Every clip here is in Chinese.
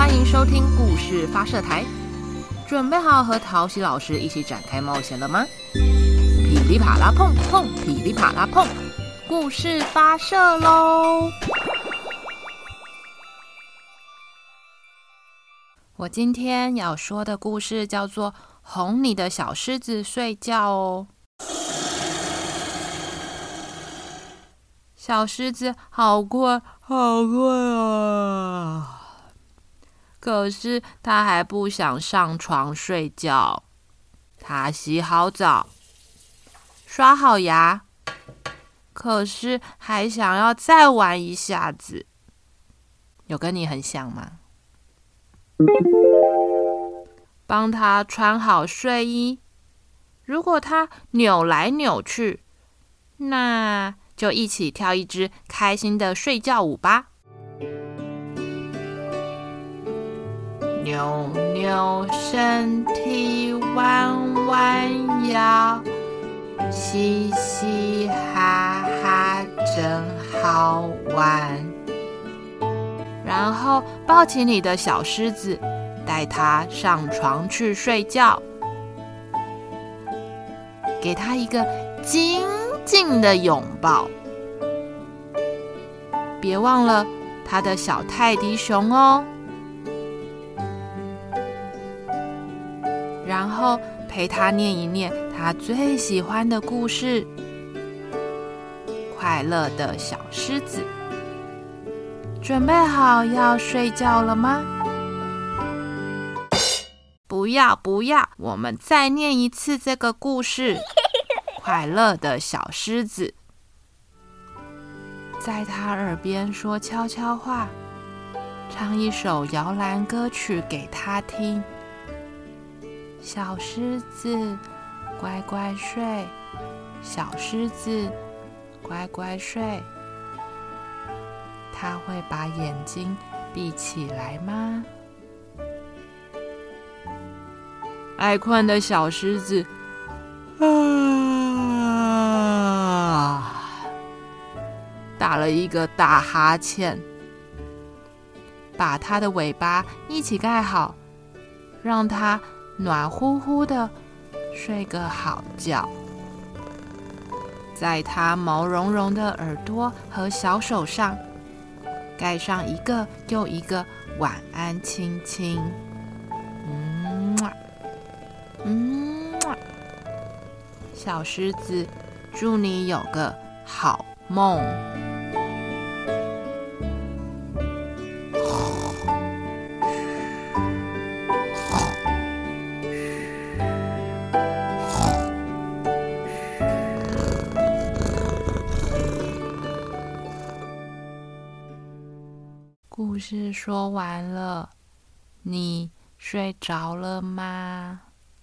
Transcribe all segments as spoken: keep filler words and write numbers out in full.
欢迎收听故事发射台，准备好和陶喜老师一起展开冒险了吗？噼里啪啦碰碰，噼里啪啦碰，故事发射喽！我今天要说的故事叫做《哄你的小狮子睡觉》哦。小狮子好困，好困啊！可是他还不想上床睡觉。他洗好澡，刷好牙，可是还想要再玩一下子。有跟你很像吗？帮他穿好睡衣，如果他扭来扭去，那就一起跳一支开心的睡觉舞吧。扭扭身体，弯弯腰，嘻嘻哈哈真好玩。然后抱起你的小狮子，带它上床去睡觉，给它一个紧紧的拥抱。别忘了它的小泰迪熊哦。然后陪他念一念他最喜欢的故事。快乐的小狮子，准备好要睡觉了吗？不要不要，我们再念一次这个故事。快乐的小狮子，在他耳边说悄悄话，唱一首摇篮歌曲给他听。小狮子，乖乖睡，小狮子，乖乖睡。他会把眼睛闭起来吗？爱困的小狮子啊，打了一个大哈欠，把他的尾巴一起盖好，让他暖乎乎的睡个好觉。在他毛茸茸的耳朵和小手上盖上一个又一个晚安亲亲。嗯嘛，嗯嘛，小狮子，祝你有个好梦。故事说完了，你睡着了吗？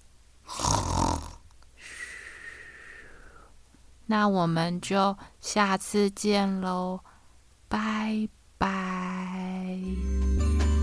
那我们就下次见喽，拜拜。